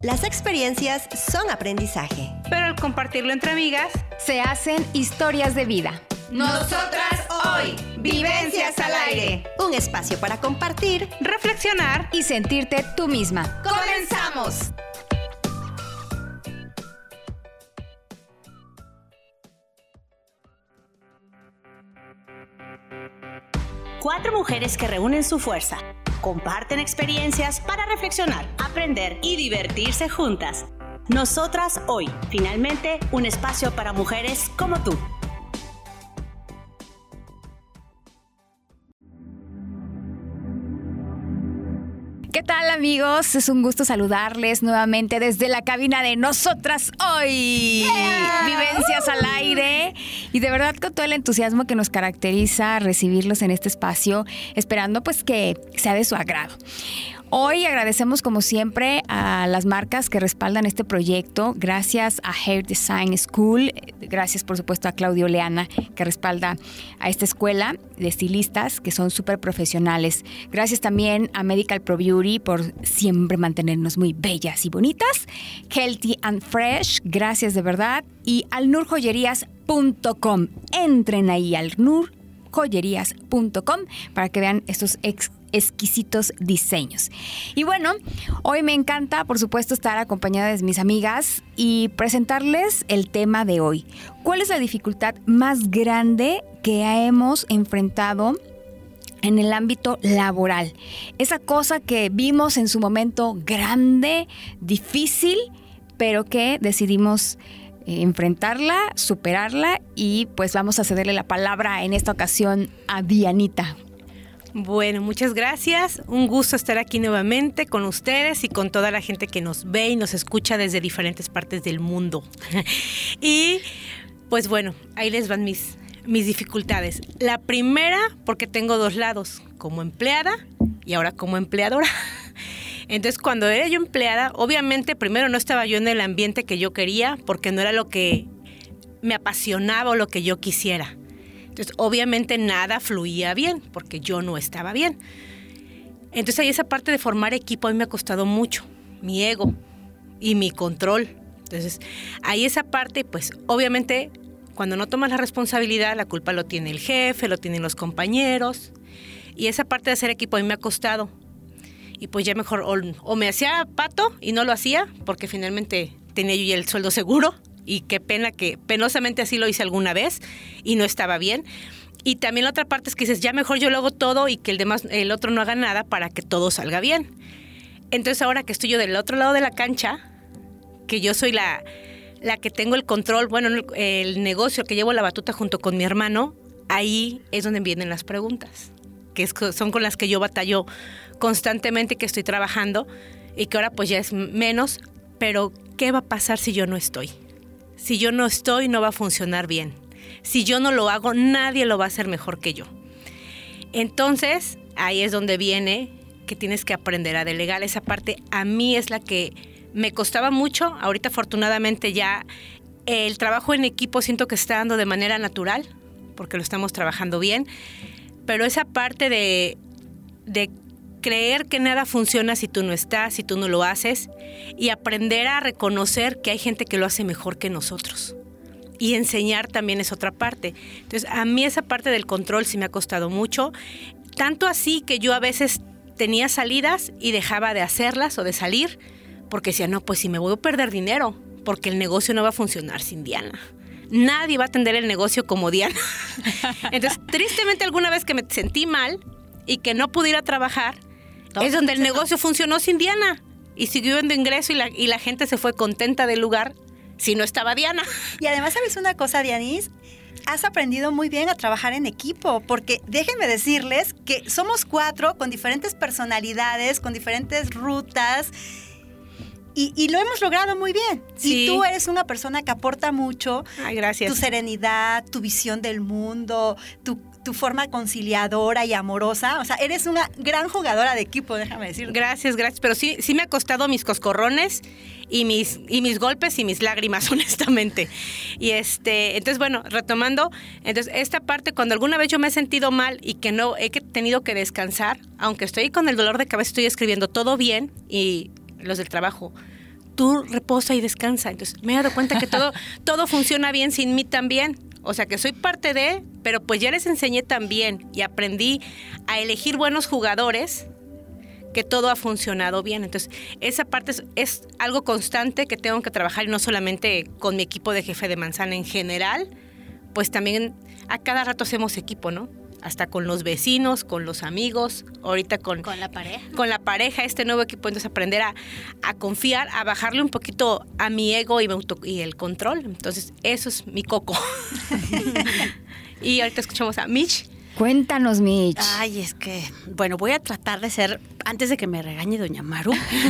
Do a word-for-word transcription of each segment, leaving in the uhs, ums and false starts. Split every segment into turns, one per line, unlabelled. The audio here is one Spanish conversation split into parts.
Las experiencias son aprendizaje.
Pero al compartirlo entre amigas,
se hacen historias de vida.
Nosotras hoy, Vivencias al Aire.
Un espacio para compartir,
reflexionar
y sentirte tú misma.
¡Comenzamos!
Cuatro mujeres que reúnen su fuerza, comparten experiencias para reflexionar, aprender y divertirse juntas. Nosotras hoy, finalmente, un espacio para mujeres como tú.
¿Qué tal, amigos? Es un gusto saludarles nuevamente desde la cabina de Nosotras Hoy. Yeah. Vivencias al Aire. Y de verdad con todo el entusiasmo que nos caracteriza recibirlos en este espacio, esperando pues que sea de su agrado. Hoy agradecemos como siempre a las marcas que respaldan este proyecto. Gracias a Hair Design School. Gracias por supuesto a Claudio Leana que respalda a esta escuela de estilistas que son súper profesionales. Gracias también a Medical Pro Beauty por siempre mantenernos muy bellas y bonitas. Healthy and Fresh. Gracias de verdad. Y al nur joyerías punto com. Entren ahí al nur joyerías punto com para que vean estos ex exquisitos diseños. Y bueno, hoy me encanta, por supuesto, estar acompañada de mis amigas y presentarles el tema de hoy. ¿Cuál es la dificultad más grande que hemos enfrentado en el ámbito laboral? Esa cosa que vimos en su momento grande, difícil, pero que decidimos enfrentarla, superarla y pues vamos a cederle la palabra en esta ocasión a Dianita.
Bueno, muchas gracias. Un gusto estar aquí nuevamente con ustedes y con toda la gente que nos ve y nos escucha desde diferentes partes del mundo. Y pues bueno, ahí les van mis, mis dificultades. La primera, porque tengo dos lados, como empleada y ahora como empleadora. Entonces, cuando era yo empleada, obviamente primero no estaba yo en el ambiente que yo quería porque no era lo que me apasionaba o lo que yo quisiera. Entonces, obviamente nada fluía bien porque yo no estaba bien. Entonces, ahí esa parte de formar equipo a mí me ha costado mucho. Mi ego y mi control. Entonces, ahí esa parte, pues, obviamente, cuando no tomas la responsabilidad, la culpa lo tiene el jefe, lo tienen los compañeros. Y esa parte de hacer equipo a mí me ha costado. Y pues ya mejor, o, o me hacía pato y no lo hacía, porque finalmente tenía yo ya el sueldo seguro. Y qué pena que penosamente así lo hice alguna vez y no estaba bien. Y también la otra parte es que dices, ya mejor yo lo hago todo y que el demás, el otro no haga nada para que todo salga bien. Entonces ahora que estoy yo del otro lado de la cancha, que yo soy la, la que tengo el control, bueno, el, el negocio, que llevo la batuta junto con mi hermano, ahí es donde vienen las preguntas, que es, son con las que yo batallo constantemente, que estoy trabajando y que ahora pues ya es menos, pero ¿qué va a pasar si yo no estoy? Si yo no estoy, no va a funcionar bien. Si yo no lo hago, nadie lo va a hacer mejor que yo. Entonces, ahí es donde viene que tienes que aprender a delegar. Esa parte a mí es la que me costaba mucho. Ahorita, afortunadamente, ya el trabajo en equipo siento que está dando de manera natural, porque lo estamos trabajando bien. Pero esa parte de, de creer que nada funciona si tú no estás, si tú no lo haces, y aprender a reconocer que hay gente que lo hace mejor que nosotros. Y enseñar también es otra parte. Entonces, a mí esa parte del control sí me ha costado mucho, tanto así que yo a veces tenía salidas y dejaba de hacerlas o de salir, porque decía, no, pues si me voy a perder dinero, porque el negocio no va a funcionar sin Diana. Nadie va a atender el negocio como Diana. Entonces, tristemente alguna vez que me sentí mal y que no pude ir a trabajar, es donde el negocio funcionó sin Diana y siguió viendo ingreso y la, y la gente se fue contenta del lugar si no estaba Diana.
Y además, ¿sabes una cosa, Dianis? Has aprendido muy bien a trabajar en equipo, porque déjenme decirles que somos cuatro con diferentes personalidades, con diferentes rutas, y, y lo hemos logrado muy bien. Sí. Y tú eres una persona que aporta mucho.
Ay, gracias.
Tu serenidad, tu visión del mundo, tu tu forma conciliadora y amorosa. O sea, eres una gran jugadora de equipo, déjame decirlo.
Gracias, gracias. Pero sí, sí me ha costado mis coscorrones y mis, y mis golpes y mis lágrimas, honestamente. Y este, entonces, bueno, retomando, entonces esta parte, cuando alguna vez yo me he sentido mal y que no he tenido que descansar, aunque estoy con el dolor de cabeza, estoy escribiendo todo bien y los del trabajo, tú reposa y descansa. Entonces me he dado cuenta que todo, todo funciona bien sin mí también. O sea, que soy parte de, pero pues ya les enseñé también y aprendí a elegir buenos jugadores, que todo ha funcionado bien. Entonces, esa parte es, es algo constante que tengo que trabajar, y no solamente con mi equipo de jefe de manzana en general, pues también a cada rato hacemos equipo, ¿no? Hasta con los vecinos, con los amigos, ahorita con...
Con la pareja.
Con la pareja, este nuevo equipo. Entonces, aprender a, a confiar, a bajarle un poquito a mi ego y, auto, y el control. Entonces, eso es mi coco. Y ahorita escuchamos a Mitch.
Cuéntanos, Mitch.
Ay, es que, bueno, voy a tratar de ser, antes de que me regañe doña Maru,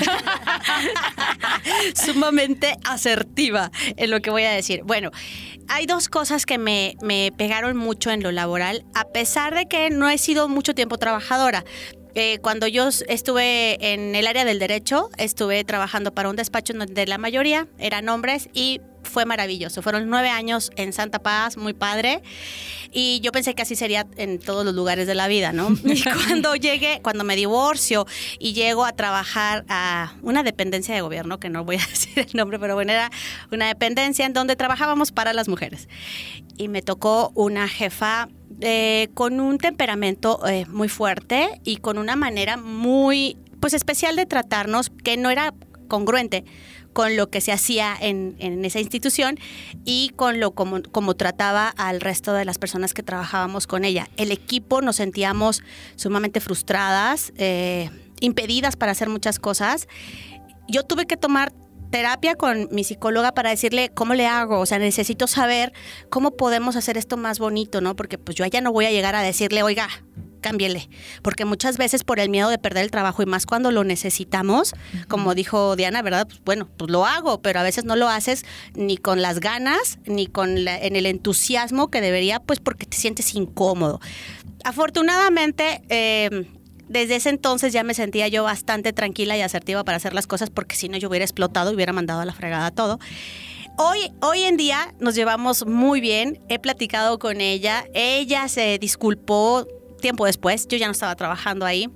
sumamente asertiva en lo que voy a decir. Bueno, hay dos cosas que me, me pegaron mucho en lo laboral, a pesar de que no he sido mucho tiempo trabajadora. Eh, cuando yo estuve en el área del derecho, estuve trabajando para un despacho donde la mayoría eran hombres y fue maravilloso. Fueron nueve años en Santa Paz, muy padre. Y yo pensé que así sería en todos los lugares de la vida, ¿no? Y cuando llegué, cuando me divorcio y llego a trabajar a una dependencia de gobierno, que no voy a decir el nombre, pero bueno, era una dependencia en donde trabajábamos para las mujeres. Y me tocó una jefa eh, con un temperamento eh, muy fuerte y con una manera muy, pues, especial de tratarnos, que no era congruente con lo que se hacía en, en esa institución y con lo como, como trataba al resto de las personas que trabajábamos con ella. El equipo nos sentíamos sumamente frustradas, eh, impedidas para hacer muchas cosas. Yo tuve que tomar terapia con mi psicóloga para decirle cómo le hago, o sea, necesito saber cómo podemos hacer esto más bonito, ¿no? Porque pues yo allá no voy a llegar a decirle, oiga, cámbiele, porque muchas veces por el miedo de perder el trabajo y más cuando lo necesitamos, uh-huh. como dijo Diana, ¿verdad? Pues bueno, pues lo hago, pero a veces no lo haces ni con las ganas, ni con la, en el entusiasmo que debería, pues porque te sientes incómodo. Afortunadamente, eh, desde ese entonces ya me sentía yo bastante tranquila y asertiva para hacer las cosas, porque si no yo hubiera explotado y hubiera mandado a la fregada todo. Hoy, hoy en día nos llevamos muy bien, he platicado con ella, ella se disculpó tiempo después, yo ya no estaba trabajando ahí,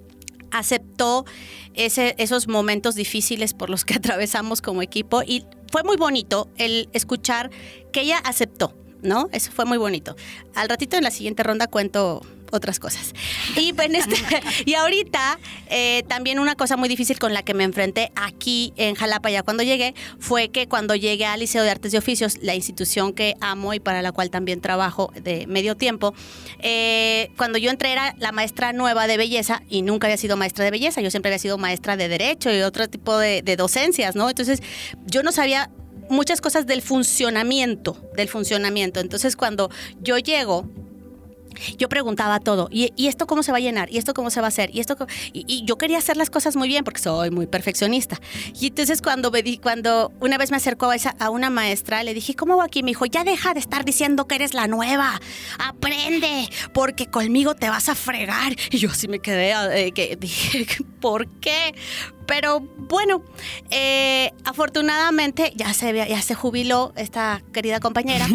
aceptó ese, esos momentos difíciles por los que atravesamos como equipo y fue muy bonito el escuchar que ella aceptó, ¿no? Eso fue muy bonito. Al ratito en la siguiente ronda cuento otras cosas. Y, en este, y ahorita eh, también una cosa muy difícil con la que me enfrenté aquí en Jalapa ya cuando llegué fue que cuando llegué al Liceo de Artes y Oficios, la institución que amo y para la cual también trabajo de medio tiempo, eh, cuando yo entré era la maestra nueva de belleza y nunca había sido maestra de belleza, yo siempre había sido maestra de derecho y otro tipo de, de docencias, ¿no? Entonces yo no sabía muchas cosas del funcionamiento, del funcionamiento. Entonces cuando yo llego, yo preguntaba todo, ¿y, ¿y esto cómo se va a llenar? ¿Y esto cómo se va a hacer? Y esto y, y yo quería hacer las cosas muy bien porque soy muy perfeccionista. Y entonces cuando me di, cuando una vez me acercó a, esa, a una maestra, le dije, ¿cómo va aquí? Me dijo, ya deja de estar diciendo que eres la nueva, aprende, porque conmigo te vas a fregar. Y yo así me quedé, eh, que dije, ¿por qué? Pero bueno, eh, afortunadamente ya se, ya se jubiló esta querida compañera.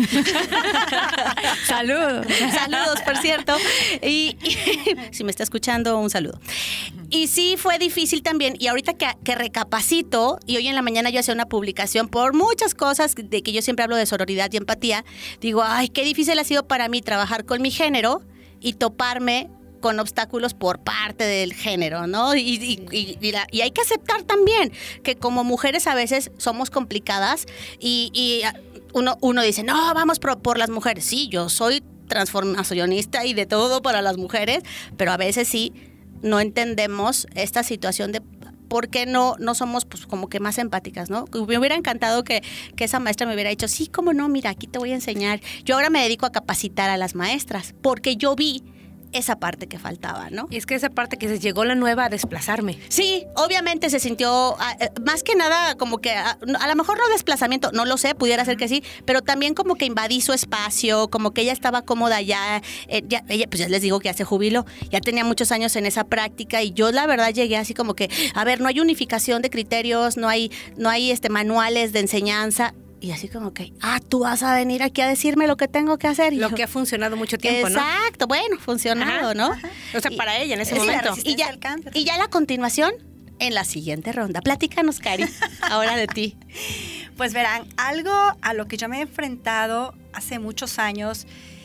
Saludos.
Saludos, por cierto. Y, y si me está escuchando, un saludo. Y sí fue difícil también. Y ahorita que, que recapacito, y hoy en la mañana yo hacía una publicación por muchas cosas de que yo siempre hablo de sororidad y empatía, digo, ay, qué difícil ha sido para mí trabajar con mi género y toparme con obstáculos por parte del género, ¿no? Y, y, y, y, la, y hay que aceptar también que como mujeres a veces somos complicadas y, y uno, uno dice, no, vamos por, por las mujeres. Sí, yo soy transformacionista y de todo para las mujeres, pero a veces sí no entendemos esta situación de por qué no, no somos pues como que más empáticas, ¿no? Me hubiera encantado que, que esa maestra me hubiera dicho, sí, cómo no, mira, aquí te voy a enseñar. Yo ahora me dedico a capacitar a las maestras porque yo vi esa parte que faltaba, ¿no?
Y es que esa parte que se llegó la nueva a desplazarme.
Sí, obviamente se sintió, más que nada, como que, a, a lo mejor no desplazamiento, no lo sé, pudiera ser que sí, pero también como que invadí su espacio, como que ella estaba cómoda ya, eh, ya ella, pues ya les digo que ya se jubiló, ya tenía muchos años en esa práctica y yo la verdad llegué así como que, a ver, no hay unificación de criterios, no hay, no hay este, manuales de enseñanza. Y así como que, ah, tú vas a venir aquí a decirme lo que tengo que hacer. Y
lo
yo,
que ha funcionado mucho tiempo,
exacto,
¿no?
Exacto, bueno, funcionado,
ajá,
¿no?
Ajá. O sea,
y,
para ella en ese
sí,
momento.
Y ya, y ya la continuación, en la siguiente ronda. Platícanos, Cari, ahora de ti.
Pues verán, algo a lo que yo me he enfrentado hace muchos años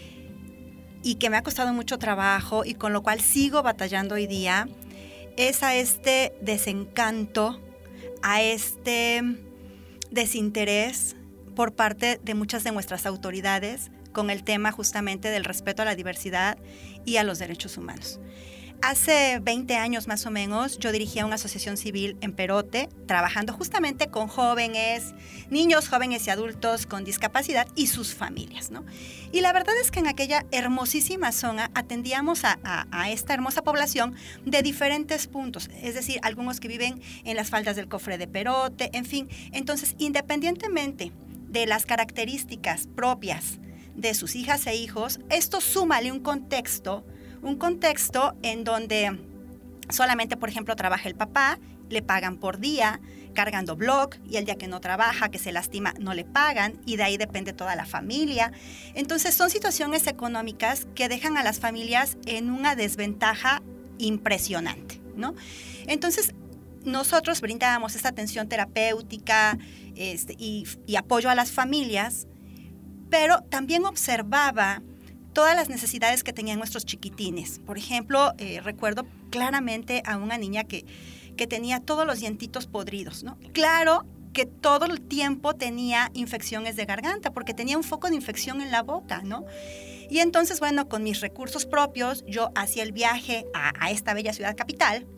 y que me ha costado mucho trabajo y con lo cual sigo batallando hoy día, es a este desencanto, a este desinterés por parte de muchas de nuestras autoridades con el tema justamente del respeto a la diversidad y a los derechos humanos. Hace veinte años más o menos yo dirigía una asociación civil en Perote, trabajando justamente con jóvenes, niños, jóvenes y adultos con discapacidad y sus familias, ¿no? Y la verdad es que en aquella hermosísima zona atendíamos a, a, a esta hermosa población de diferentes puntos, es decir, algunos que viven en las faldas del Cofre de Perote, en fin. Entonces, independientemente de las características propias de sus hijas e hijos, esto súmale un contexto Un contexto en donde solamente, por ejemplo, trabaja el papá, le pagan por día, cargando blog, y el día que no trabaja, que se lastima, no le pagan, y de ahí depende toda la familia. Entonces, son situaciones económicas que dejan a las familias en una desventaja impresionante, ¿no? Entonces, nosotros brindábamos esta atención terapéutica este, y, y apoyo a las familias, pero también observaba todas las necesidades que tenían nuestros chiquitines. Por ejemplo, eh, recuerdo claramente a una niña que, que tenía todos los dientitos podridos, ¿no? Claro que todo el tiempo tenía infecciones de garganta, porque tenía un foco de infección en la boca, ¿no? Y entonces, bueno, con mis recursos propios, yo hacía el viaje a, a esta bella ciudad capital.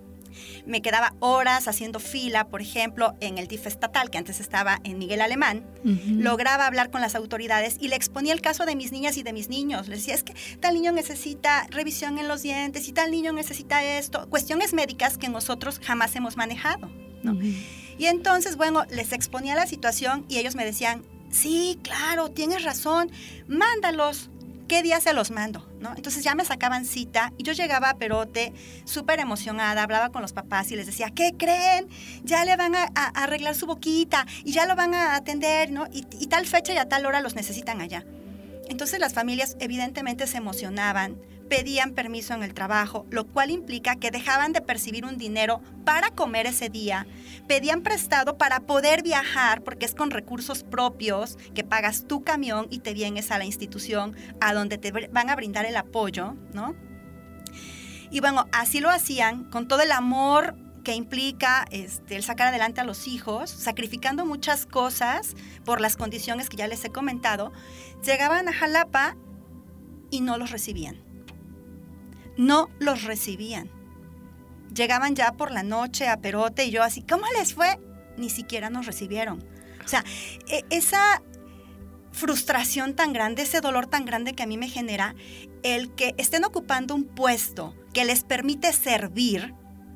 Me quedaba horas haciendo fila, por ejemplo, en el D I F estatal, que antes estaba en Miguel Alemán. Uh-huh. Lograba hablar con las autoridades y le exponía el caso de mis niñas y de mis niños. Les decía, es que tal niño necesita revisión en los dientes y tal niño necesita esto. Cuestiones médicas que nosotros jamás hemos manejado, ¿no? Uh-huh. Y entonces, bueno, les exponía la situación y ellos me decían, sí, claro, tienes razón, mándalos. ¿Qué día se los mando? ¿No? Entonces ya me sacaban cita y yo llegaba a Perote súper emocionada, hablaba con los papás y les decía, ¿qué creen? Ya le van a, a arreglar su boquita y ya lo van a atender, ¿no? Y, y tal fecha y a tal hora los necesitan allá. Entonces las familias evidentemente se emocionaban, pedían permiso en el trabajo, lo cual implica que dejaban de percibir un dinero para comer ese día, pedían prestado para poder viajar, porque es con recursos propios que pagas tu camión y te vienes a la institución a donde te van a brindar el apoyo, ¿no? Y bueno, así lo hacían con todo el amor que implica este, el sacar adelante a los hijos, sacrificando muchas cosas por las condiciones que ya les he comentado. Llegaban a Jalapa y no los recibían. No los recibían. Llegaban ya por la noche a Perote y yo así, ¿cómo les fue? Ni siquiera nos recibieron. O sea, esa frustración tan grande, ese dolor tan grande que a mí me genera, el que estén ocupando un puesto que les permite servir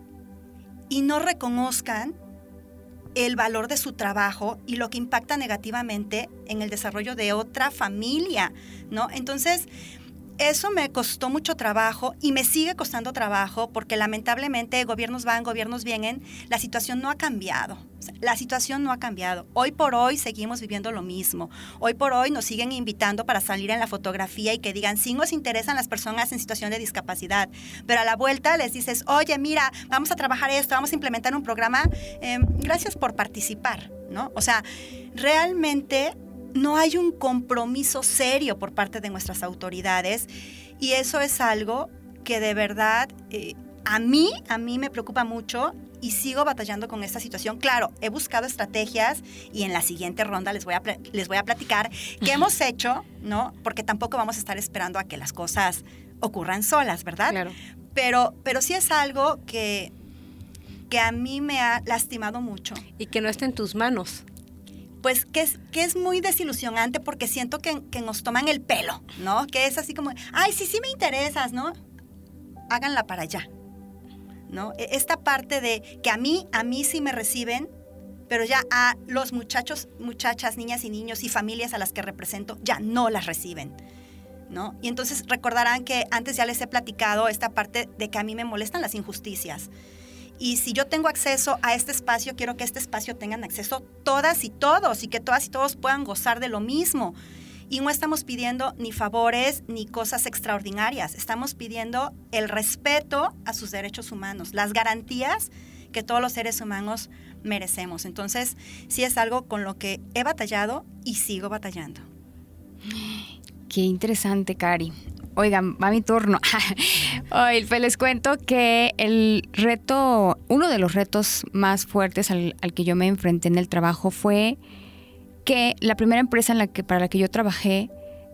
y no reconozcan el valor de su trabajo y lo que impacta negativamente en el desarrollo de otra familia, ¿no? Entonces, eso me costó mucho trabajo y me sigue costando trabajo porque lamentablemente gobiernos van, gobiernos vienen, la situación no ha cambiado. La situación no ha cambiado. Hoy por hoy seguimos viviendo lo mismo. Hoy por hoy nos siguen invitando para salir en la fotografía y que digan, sí nos interesan las personas en situación de discapacidad. Pero a la vuelta les dices, oye, mira, vamos a trabajar esto, vamos a implementar un programa. Eh, gracias por participar, ¿no? O sea, realmente no hay un compromiso serio por parte de nuestras autoridades y eso es algo que de verdad eh, a mí, a mí me preocupa mucho y sigo batallando con esta situación. Claro, he buscado estrategias y en la siguiente ronda les voy a, les voy a platicar qué hemos hecho, ¿no? Porque tampoco vamos a estar esperando a que las cosas ocurran solas, ¿verdad?
Claro.
Pero, pero sí es algo que, que a mí me ha lastimado mucho.
Y que no está en tus manos.
Pues que es, que es muy desilusionante porque siento que, que nos toman el pelo, ¿no? Que es así como, ay, sí, sí me interesas, ¿no? Háganla para allá, ¿no? Esta parte de que a mí, a mí sí me reciben, pero ya a los muchachos, muchachas, niñas y niños y familias a las que represento ya no las reciben, ¿no? Y entonces recordarán que antes ya les he platicado esta parte de que a mí me molestan las injusticias. Y si yo tengo acceso a este espacio, quiero que este espacio tengan acceso todas y todos y que todas y todos puedan gozar de lo mismo. Y no estamos pidiendo ni favores ni cosas extraordinarias. Estamos pidiendo el respeto a sus derechos humanos, las garantías que todos los seres humanos merecemos. Entonces, sí es algo con lo que he batallado y sigo batallando.
Qué interesante, Cari. Oigan, va mi turno. Hoy pues les cuento que el reto, uno de los retos más fuertes al, al que yo me enfrenté en el trabajo fue que la primera empresa en la que, para la que yo trabajé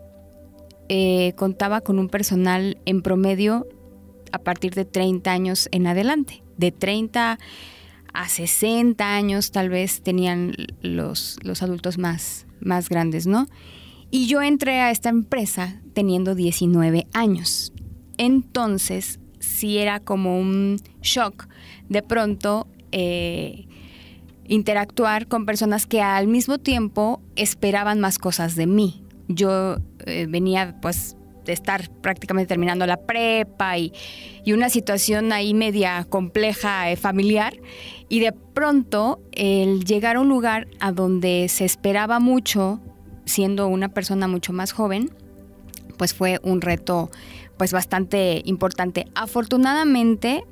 eh, contaba con un personal en promedio a partir de treinta años en adelante. De treinta a sesenta años tal vez tenían los, los adultos más, más grandes, ¿no? Y yo entré a esta empresa teniendo diecinueve años. Entonces, sí era como un shock de pronto eh, interactuar con personas que al mismo tiempo esperaban más cosas de mí. Yo eh, venía pues de estar prácticamente terminando la prepa y, y una situación ahí media compleja eh, familiar, y de pronto el llegar a un lugar a donde se esperaba mucho, siendo una persona mucho más joven, pues fue un reto pues bastante importante. Afortunadamente,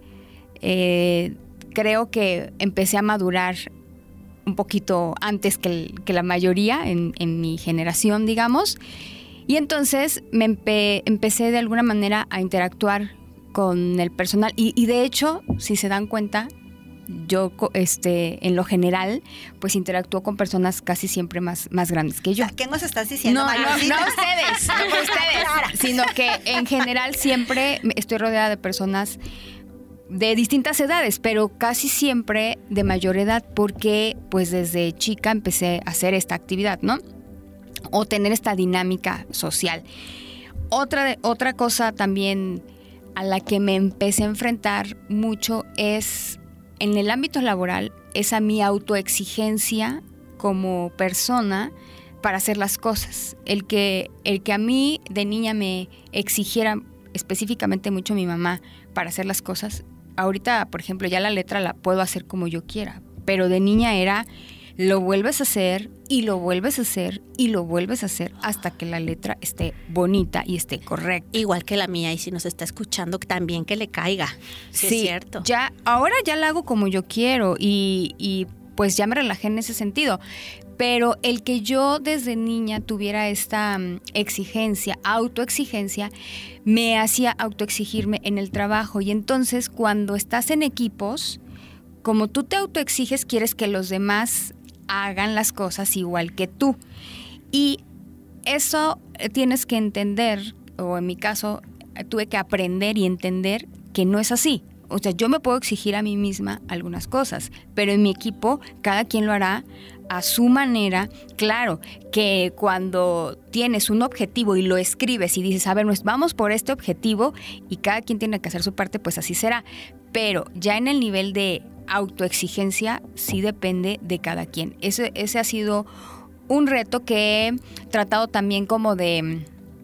eh, creo que empecé a madurar un poquito antes que, el, que la mayoría en, en mi generación, digamos, y entonces me empe, empecé de alguna manera a interactuar con el personal y, y de hecho, si se dan cuenta, yo este, en lo general, pues interactúo con personas casi siempre más, más grandes que yo.
¿Qué nos estás diciendo,
No, no,
Mariosita?
no ustedes, no ustedes, sino que en general siempre estoy rodeada de personas de distintas edades, pero casi siempre de mayor edad, porque pues desde chica empecé a hacer esta actividad, ¿no? O tener esta dinámica social. Otra, otra cosa también a la que me empecé a enfrentar mucho es en el ámbito laboral, es a mi autoexigencia como persona para hacer las cosas. El que, el que a mí de niña me exigiera específicamente mucho mi mamá para hacer las cosas, ahorita, por ejemplo, ya la letra la puedo hacer como yo quiera, pero de niña era, lo vuelves a hacer y lo vuelves a hacer y lo vuelves a hacer hasta que la letra esté bonita y esté correcta.
Igual que la mía, y si nos está escuchando, también que le caiga. Sí,
Sí,
es cierto.
Ya, ahora ya la hago como yo quiero y, y pues ya me relajé en ese sentido. Pero el que yo desde niña tuviera esta um, exigencia, autoexigencia, me hacía autoexigirme en el trabajo. Y entonces cuando estás en equipos, como tú te autoexiges, quieres que los demás hagan las cosas igual que tú. Y eso tienes que entender, o en mi caso tuve que aprender y entender que no es así. O sea, yo me puedo exigir a mí misma algunas cosas, pero en mi equipo cada quien lo hará a su manera. Claro que cuando tienes un objetivo y lo escribes y dices, a ver, vamos por este objetivo y cada quien tiene que hacer su parte, pues así será. Pero ya en el nivel de autoexigencia sí depende de cada quien. Ese, ese ha sido un reto que he tratado también como de,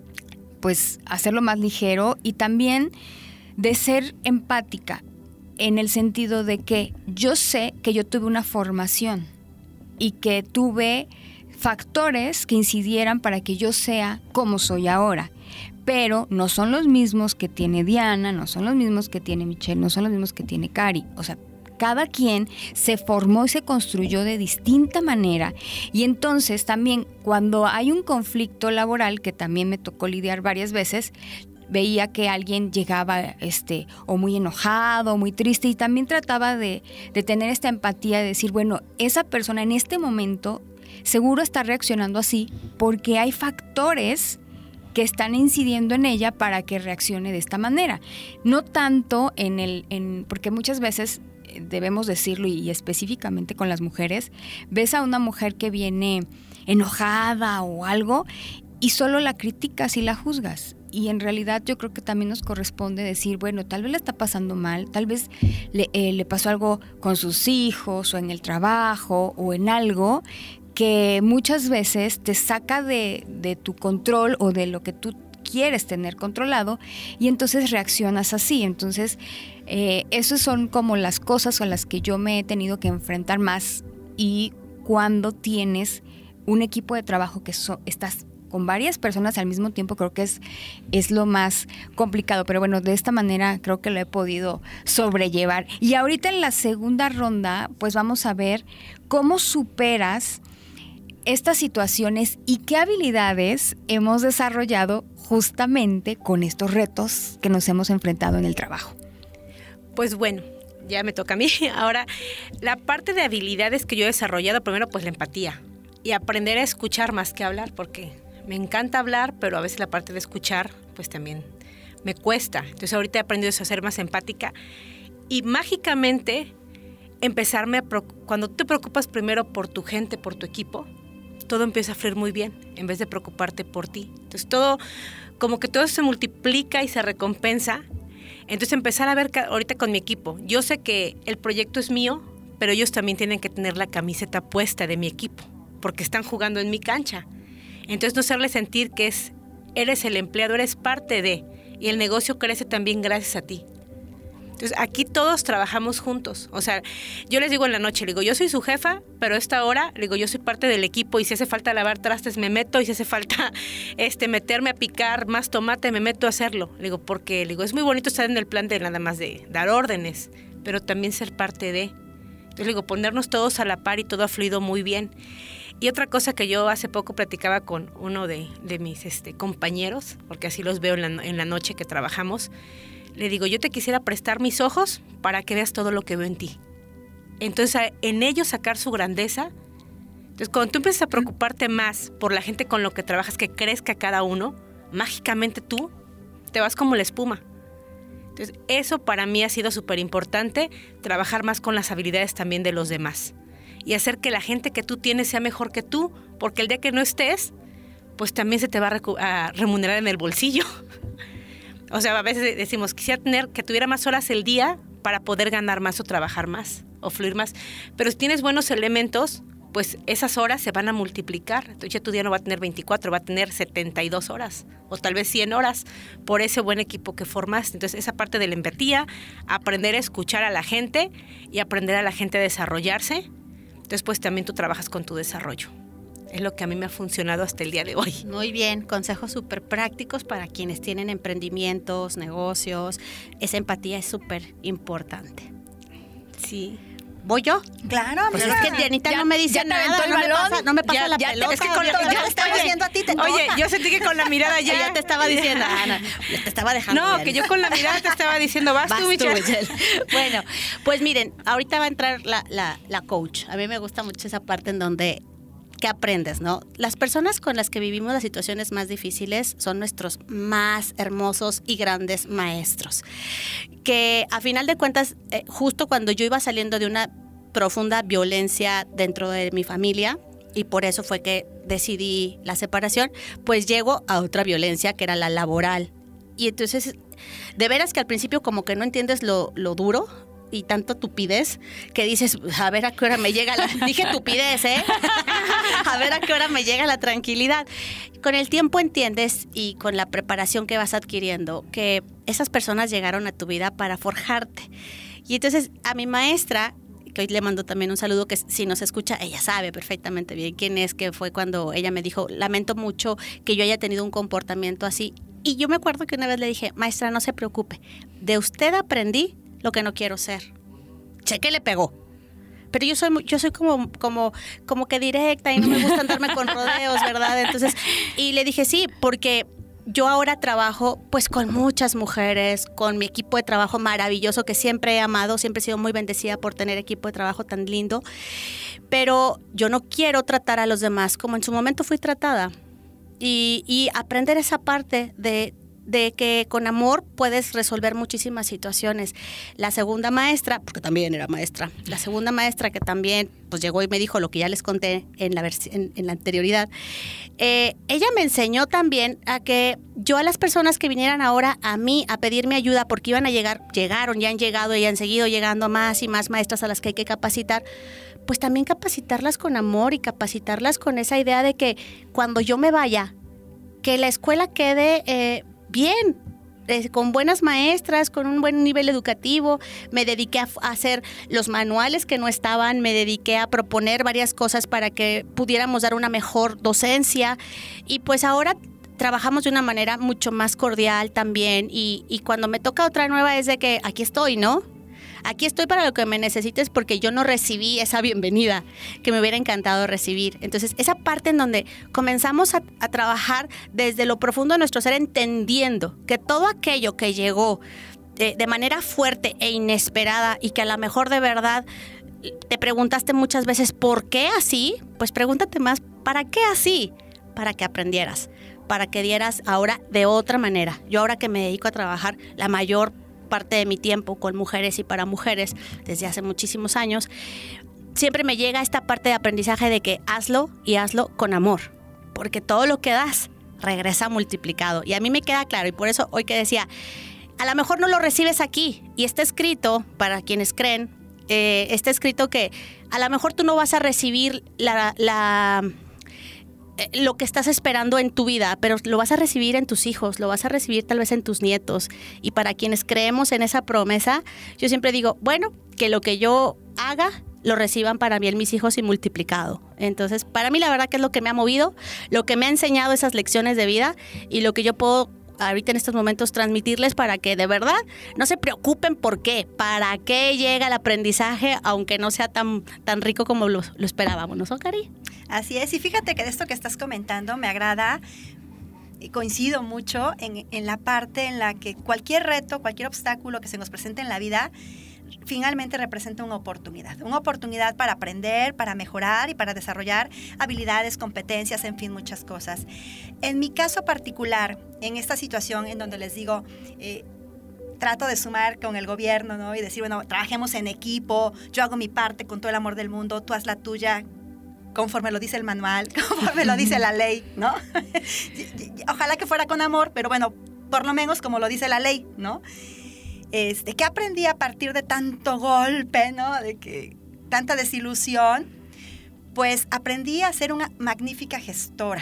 pues, hacerlo más ligero y también de ser empática en el sentido de que yo sé que yo tuve una formación y que tuve factores que incidieran para que yo sea como soy ahora. Pero no son los mismos que tiene Diana, no son los mismos que tiene Michelle, no son los mismos que tiene Cari. O sea, cada quien se formó y se construyó de distinta manera. Y entonces también cuando hay un conflicto laboral, que también me tocó lidiar varias veces, veía que alguien llegaba este, o muy enojado, o muy triste, y también trataba de, de tener esta empatía de decir, bueno, esa persona en este momento seguro está reaccionando así porque hay factores que están incidiendo en ella para que reaccione de esta manera. No tanto en el, en, porque muchas veces debemos decirlo, y específicamente con las mujeres, ves a una mujer que viene enojada o algo y solo la criticas y la juzgas. Y en realidad yo creo que también nos corresponde decir, bueno, tal vez le está pasando mal, tal vez le, eh, le pasó algo con sus hijos o en el trabajo o en algo que muchas veces te saca de, de tu control o de lo que tú quieres tener controlado, y entonces reaccionas así. Entonces, eh, esas son como las cosas a las que yo me he tenido que enfrentar más, y cuando tienes un equipo de trabajo que so, estás con varias personas al mismo tiempo creo que es, es lo más complicado. Pero bueno, de esta manera creo que lo he podido sobrellevar. Y ahorita en la segunda ronda, pues vamos a ver cómo superas estas situaciones y qué habilidades hemos desarrollado justamente con estos retos que nos hemos enfrentado en el trabajo.
Pues bueno, ya me toca a mí. Ahora, la parte de habilidades que yo he desarrollado, primero pues la empatía y aprender a escuchar más que hablar, porque me encanta hablar, pero a veces la parte de escuchar pues también me cuesta. Entonces ahorita he aprendido a ser más empática y mágicamente empezarme a... Cuando tú te preocupas primero por tu gente, por tu equipo, todo empieza a fluir muy bien, en vez de preocuparte por ti. Entonces todo, como que todo se multiplica y se recompensa. Entonces empezar a ver ahorita con mi equipo. Yo sé que el proyecto es mío, pero ellos también tienen que tener la camiseta puesta de mi equipo, porque están jugando en mi cancha. Entonces no hacerles sentir que es, eres el empleado, eres parte de, y el negocio crece también gracias a ti. Entonces aquí todos trabajamos juntos. O sea, yo les digo en la noche, le digo, yo soy su jefa, pero a esta hora, le digo, yo soy parte del equipo y si hace falta lavar trastes me meto y si hace falta este, meterme a picar más tomate me meto a hacerlo. Le digo, porque le digo, es muy bonito estar en el plan de nada más de dar órdenes, pero también ser parte de. Entonces le digo, ponernos todos a la par y todo ha fluido muy bien. Y otra cosa que yo hace poco platicaba con uno de, de mis este, compañeros, porque así los veo en la, en la noche que trabajamos, le digo, yo te quisiera prestar mis ojos para que veas todo lo que veo en ti. Entonces, en ellos sacar su grandeza. Entonces, cuando tú empiezas a preocuparte más por la gente con lo que trabajas, que crezca cada uno, mágicamente tú te vas como la espuma. Entonces, eso para mí ha sido súper importante, trabajar más con las habilidades también de los demás. Y hacer que la gente que tú tienes sea mejor que tú, porque el día que no estés, pues también se te va a, recu- a remunerar en el bolsillo. O sea, a veces decimos, quisiera tener que tuviera más horas el día para poder ganar más o trabajar más o fluir más. Pero si tienes buenos elementos, pues esas horas se van a multiplicar. Entonces ya tu día no va a tener veinticuatro, va a tener setenta y dos horas o tal vez cien horas por ese buen equipo que formaste. Entonces esa parte de la empatía, aprender a escuchar a la gente y aprender a la gente a desarrollarse. Entonces pues también tú trabajas con tu desarrollo. Es lo que a mí me ha funcionado hasta el día de hoy.
Muy bien, consejos súper prácticos para quienes tienen emprendimientos, negocios. Esa empatía es súper importante.
Sí.
¿Voy yo?
Claro,
Pues
mira.
es que Dianita
ya-
no me dice
ya te
nada,
aventó el
no me
balón.
pasa, no me pasa
Ya-
la
ya te-
pelota.
es que con la-
yo,
ya
te estaba
oye,
diciendo a ti, te
Oye,
toca.
yo sentí que con la mirada ya...
ya te estaba diciendo, Ana, ya te estaba dejando.
No,
Diana.
que yo con la mirada te estaba diciendo, vas,
Vas
tú,
tú,
Michelle.
Michelle. Bueno, pues miren, ahorita va a entrar la, la, la coach. A mí me gusta mucho esa parte en donde que aprendes, ¿no? Las personas con las que vivimos las situaciones más difíciles son nuestros más hermosos y grandes maestros. Que a final de cuentas, eh, justo cuando yo iba saliendo de una profunda violencia dentro de mi familia, y por eso fue que decidí la separación, pues llego a otra violencia que era la laboral. Y entonces, de veras que al principio como que no entiendes lo, lo duro y tanto tupidez que dices, a ver a qué hora me llega la... Dije tupidez, ¿eh? A ver a qué hora me llega la tranquilidad. Con el tiempo entiendes y con la preparación que vas adquiriendo que esas personas llegaron a tu vida para forjarte. Y entonces a mi maestra, que hoy le mando también un saludo, que si nos escucha, ella sabe perfectamente bien quién es, que fue cuando ella me dijo, lamento mucho que yo haya tenido un comportamiento así. Y yo me acuerdo que una vez le dije, maestra, no se preocupe, de usted aprendí lo que no quiero ser. Cheque le pegó. Pero yo soy muy- yo soy como, como, como que directa y no me gusta andarme con rodeos, ¿verdad? Entonces, y le dije sí, porque yo ahora trabajo pues con muchas mujeres, con mi equipo de trabajo maravilloso que siempre he amado, siempre he sido muy bendecida por tener equipo de trabajo tan lindo, pero yo no quiero tratar a los demás como en su momento fui tratada. Y, y aprender esa parte de, de que con amor puedes resolver muchísimas situaciones. La segunda maestra, porque también era maestra, la segunda maestra que también pues llegó y me dijo lo que ya les conté en la, vers- en, en la anterioridad, eh, ella me enseñó también a que yo a las personas que vinieran ahora a mí a pedirme ayuda porque iban a llegar, llegaron, ya han llegado y han seguido llegando más y más maestras a las que hay que capacitar, pues también capacitarlas con amor y capacitarlas con esa idea de que cuando yo me vaya, que la escuela quede eh, bien, eh, con buenas maestras, con un buen nivel educativo. Me dediqué a, a hacer los manuales que no estaban, me dediqué a proponer varias cosas para que pudiéramos dar una mejor docencia. Y pues ahora trabajamos de una manera mucho más cordial también. Y, y cuando me toca otra nueva es de que aquí estoy, ¿no? Aquí estoy para lo que me necesites, porque yo no recibí esa bienvenida que me hubiera encantado recibir. Entonces, esa parte en donde comenzamos a, a trabajar desde lo profundo de nuestro ser, entendiendo que todo aquello que llegó de, de manera fuerte e inesperada, y que a lo mejor de verdad te preguntaste muchas veces ¿por qué así? Pues pregúntate más, ¿para qué así? Para que aprendieras, para que dieras ahora de otra manera. Yo ahora que me dedico a trabajar la mayor parte de mi tiempo con mujeres y para mujeres desde hace muchísimos años, siempre me llega esta parte de aprendizaje de que hazlo y hazlo con amor, porque todo lo que das regresa multiplicado. Y a mí me queda claro, y por eso hoy que decía, a lo mejor no lo recibes aquí, y está escrito, para quienes creen, eh, está escrito que a lo mejor tú no vas a recibir la... la lo que estás esperando en tu vida, pero lo vas a recibir en tus hijos, lo vas a recibir tal vez en tus nietos. Y para quienes creemos en esa promesa, yo siempre digo, bueno, que lo que yo haga lo reciban para mí en mis hijos y multiplicado. Entonces, para mí la verdad que es lo que me ha movido, lo que me ha enseñado esas lecciones de vida, y lo que yo puedo ahorita en estos momentos transmitirles, para que de verdad no se preocupen por qué, para qué llega el aprendizaje, aunque no sea tan, tan rico como lo, lo esperábamos, ¿no, Cari?
Así es, y fíjate que de esto que estás comentando me agrada, y coincido mucho en, en la parte en la que cualquier reto, cualquier obstáculo que se nos presente en la vida, finalmente representa una oportunidad, una oportunidad para aprender, para mejorar y para desarrollar habilidades, competencias, en fin, muchas cosas. En mi caso particular, en esta situación en donde les digo, eh, trato de sumar con el gobierno, ¿no? Y decir, bueno, trabajemos en equipo, yo hago mi parte con todo el amor del mundo, tú haz la tuya, conforme lo dice el manual, conforme lo dice la ley, ¿no? Ojalá que fuera con amor, pero bueno, por lo menos como lo dice la ley, ¿no? Este, ¿qué aprendí a partir de tanto golpe, ¿no? De que tanta desilusión? Pues aprendí a ser una magnífica gestora.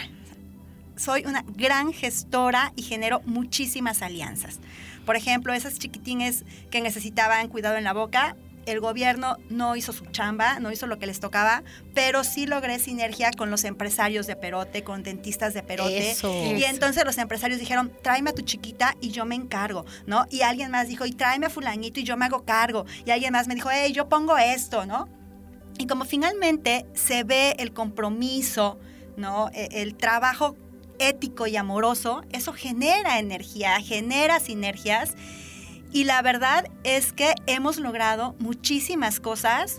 Soy una gran gestora y genero muchísimas alianzas. Por ejemplo, esas chiquitines que necesitaban cuidado en la boca, el gobierno no hizo su chamba, no hizo lo que les tocaba, pero sí logré sinergia con los empresarios de Perote, con dentistas de Perote.
Eso.
Y entonces los empresarios dijeron, tráeme a tu chiquita y yo me encargo, ¿no? Y alguien más dijo, y tráeme a fulanito y yo me hago cargo. Y alguien más me dijo, hey, yo pongo esto, ¿no? Y como finalmente se ve el compromiso, ¿no? El trabajo ético y amoroso, eso genera energía, genera sinergias. Y la verdad es que hemos logrado muchísimas cosas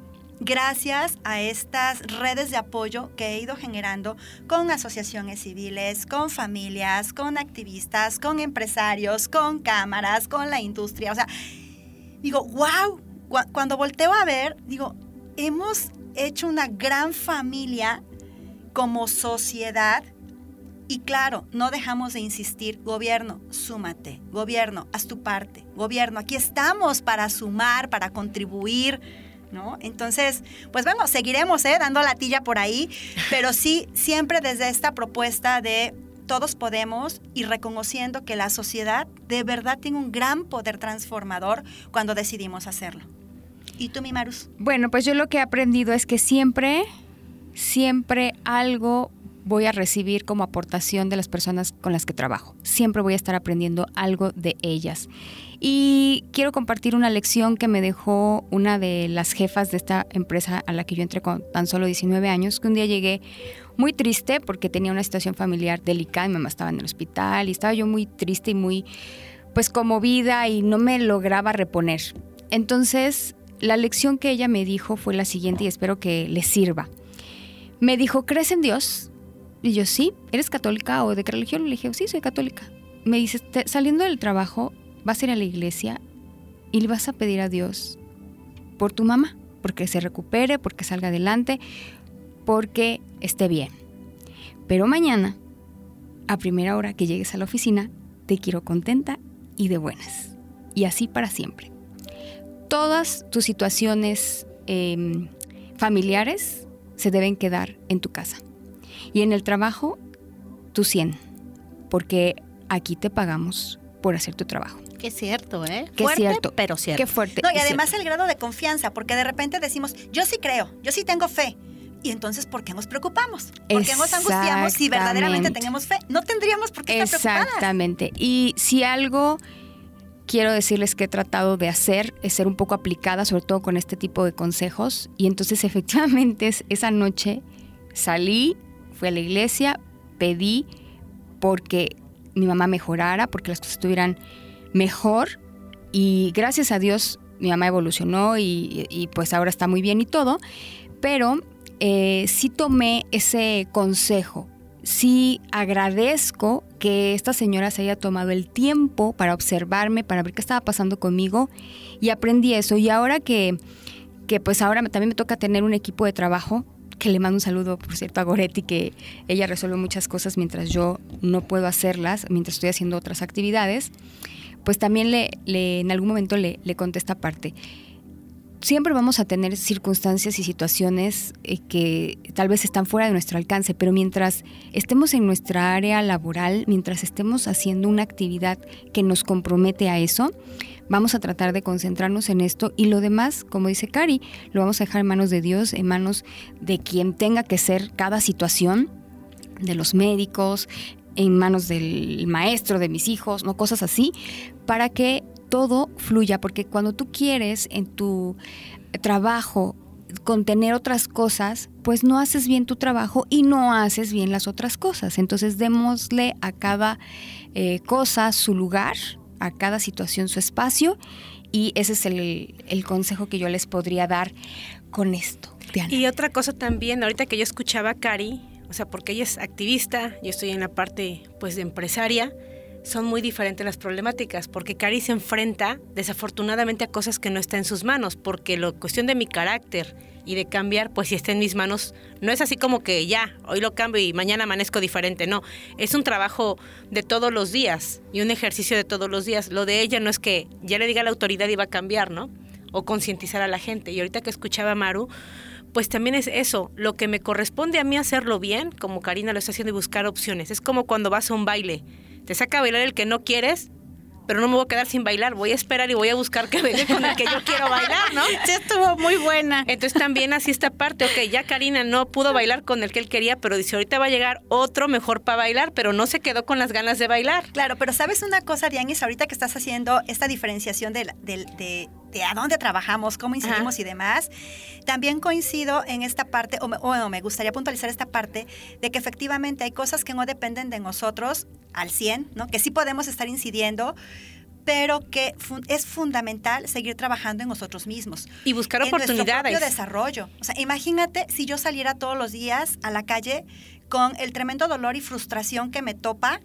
gracias a estas redes de apoyo que he ido generando con asociaciones civiles, con familias, con activistas, con empresarios, con cámaras, con la industria. O sea, digo, wow, cuando volteo a ver, digo, hemos hecho una gran familia como sociedad. Y claro, no dejamos de insistir, gobierno, súmate, gobierno, haz tu parte, gobierno, aquí estamos para sumar, para contribuir, ¿no? Entonces, pues bueno, seguiremos ¿eh? dando la tilla por ahí, pero sí, siempre desde esta propuesta de todos podemos y reconociendo que la sociedad de verdad tiene un gran poder transformador cuando decidimos hacerlo. ¿Y tú, mi Marus?
Bueno, pues yo lo que he aprendido es que siempre, siempre algo voy a recibir como aportación de las personas con las que trabajo. Siempre voy a estar aprendiendo algo de ellas. Y quiero compartir una lección que me dejó una de las jefas de esta empresa a la que yo entré con tan solo diecinueve años, que un día llegué muy triste porque tenía una situación familiar delicada, mi mamá estaba en el hospital y estaba yo muy triste y muy pues conmovida y no me lograba reponer. Entonces, la lección que ella me dijo fue la siguiente y espero que les sirva. Me dijo, ¿crees en Dios? Y yo, sí. ¿Eres católica o de qué religión? Le dije, sí, soy católica. Me dice, saliendo del trabajo, vas a ir a la iglesia y le vas a pedir a Dios por tu mamá, porque se recupere, porque salga adelante, porque esté bien. Pero mañana, a primera hora que llegues a la oficina, te quiero contenta y de buenas. Y así para siempre. Todas tus situaciones eh, familiares se deben quedar en tu casa. Y en el trabajo, tu cien, porque aquí te pagamos por hacer tu trabajo.
Qué cierto, ¿eh?
Qué
Fuerte,
cierto,
pero cierto.
Qué fuerte.
No, y además el grado de confianza, porque de repente decimos, yo sí creo, yo sí tengo fe. Y entonces, ¿por qué nos preocupamos? ¿Por qué nos angustiamos si verdaderamente tenemos fe? No tendríamos por qué estar preocupadas.
Exactamente. Y si algo quiero decirles que he tratado de hacer es ser un poco aplicada, sobre todo con este tipo de consejos. Y entonces, efectivamente, esa noche salí, fui a la iglesia, pedí porque mi mamá mejorara, porque las cosas estuvieran mejor. Y gracias a Dios, mi mamá evolucionó y, y pues ahora está muy bien y todo. Pero Eh, sí tomé ese consejo, sí agradezco que esta señora se haya tomado el tiempo para observarme, para ver qué estaba pasando conmigo y aprendí eso. Y ahora que, que pues ahora también me toca tener un equipo de trabajo, que le mando un saludo, por cierto, a Goretti, que ella resuelve muchas cosas mientras yo no puedo hacerlas, mientras estoy haciendo otras actividades, pues también le, le, en algún momento le, le conté esta parte. Siempre vamos a tener circunstancias y situaciones eh, que tal vez están fuera de nuestro alcance, pero mientras estemos en nuestra área laboral, mientras estemos haciendo una actividad que nos compromete a eso, vamos a tratar de concentrarnos en esto y lo demás, como dice Cari, lo vamos a dejar en manos de Dios, en manos de quien tenga que ser cada situación, de los médicos, en manos del maestro de mis hijos, no cosas así, para que todo fluya, porque cuando tú quieres en tu trabajo contener otras cosas, pues no haces bien tu trabajo y no haces bien las otras cosas. Entonces démosle a cada eh, cosa su lugar, a cada situación su espacio, y ese es el, el consejo que yo les podría dar con esto. Diana.
Y otra cosa también, ahorita que yo escuchaba a Cari, o sea, porque ella es activista, yo estoy en la parte pues de empresaria, son muy diferentes las problemáticas, porque Cari se enfrenta desafortunadamente a cosas que no están en sus manos, porque la cuestión de mi carácter y de cambiar, pues si está en mis manos, no es así como que ya, hoy lo cambio y mañana amanezco diferente, no, es un trabajo de todos los días y un ejercicio de todos los días. Lo de ella no es que ya le diga a la autoridad y va a cambiar, ¿no? O concientizar a la gente. Y ahorita que escuchaba a Maru, pues también es eso, lo que me corresponde a mí hacerlo bien, como Karina lo está haciendo, y buscar opciones. Es como cuando vas a un baile. Te saca a bailar el que no quieres, pero no me voy a quedar sin bailar. Voy a esperar y voy a buscar que baile con el que yo quiero bailar, ¿no?
Sí, estuvo muy buena.
Entonces también así esta parte. Ok, ya Karina no pudo bailar con el que él quería, pero dice, ahorita va a llegar otro mejor para bailar, pero no se quedó con las ganas de bailar.
Claro, pero ¿sabes una cosa, Dianis? Ahorita que estás haciendo esta diferenciación de, de, de, de a dónde trabajamos, cómo incidimos, ajá, y demás, también coincido en esta parte, o, me, o me gustaría puntualizar esta parte, de que efectivamente hay cosas que no dependen de nosotros al cien, ¿no? Que sí podemos estar incidiendo, pero que es fundamental seguir trabajando en nosotros mismos.
Y buscar
en
oportunidades.
En nuestro propio desarrollo. O sea, imagínate si yo saliera todos los días a la calle con el tremendo dolor y frustración que me topa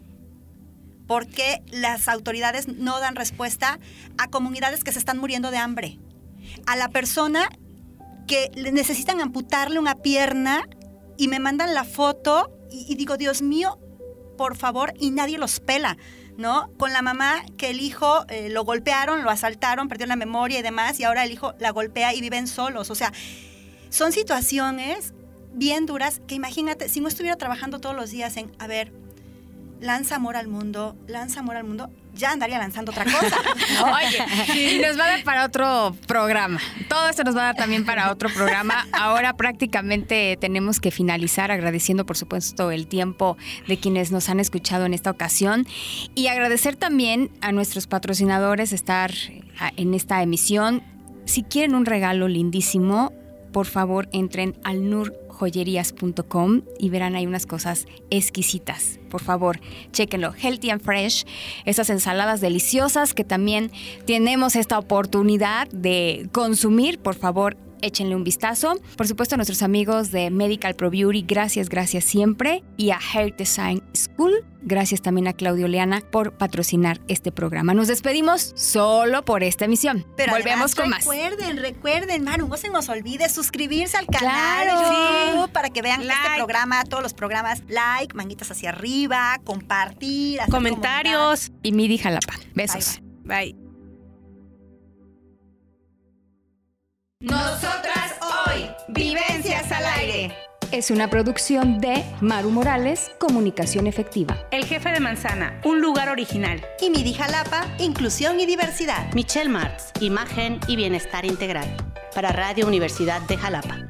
porque las autoridades no dan respuesta a comunidades que se están muriendo de hambre. A la persona que necesitan amputarle una pierna y me mandan la foto y, y digo, Dios mío, por favor, y nadie los pela, ¿no? Con la mamá que el hijo eh, lo golpearon, lo asaltaron, perdió la memoria y demás, y ahora el hijo la golpea y viven solos. O sea, son situaciones bien duras que imagínate, si no estuviera trabajando todos los días en, a ver, lanza amor al mundo, lanza amor al mundo, ya andaría lanzando otra cosa, ¿no?
Oye, y nos va a dar para otro programa. Todo esto nos va a dar también para otro programa. Ahora prácticamente tenemos que finalizar agradeciendo, por supuesto, el tiempo de quienes nos han escuchado en esta ocasión y agradecer también a nuestros patrocinadores estar en esta emisión. Si quieren un regalo lindísimo, por favor entren al nur joyerías punto com y verán ahí unas cosas exquisitas. Por favor, chéquenlo. Healthy and Fresh, esas ensaladas deliciosas que también tenemos esta oportunidad de consumir. Por favor, échenle un vistazo. Por supuesto, a nuestros amigos de Medical Pro Beauty, gracias, gracias siempre. Y a Hair Design School, gracias también a Claudio Leana por patrocinar este programa. Nos despedimos solo por esta emisión.
Pero
volvemos con más.
Recuerden, recuerden, Maru, no se nos olvide suscribirse al canal
claro,
de YouTube para que vean
like,
este programa, todos los programas. Like, manguitas hacia arriba, compartir, hacer
comentarios.
Comunidad.
Y Midi Jalapa. Besos.
Bye. Bye.
Nosotras hoy, Vivencias al Aire.
es una producción de Maru Morales, Comunicación Efectiva.
El Jefe de Manzana, un lugar original.
Y Midi Jalapa, inclusión y diversidad.
Michelle Martz, imagen y bienestar integral. Para Radio Universidad de Jalapa.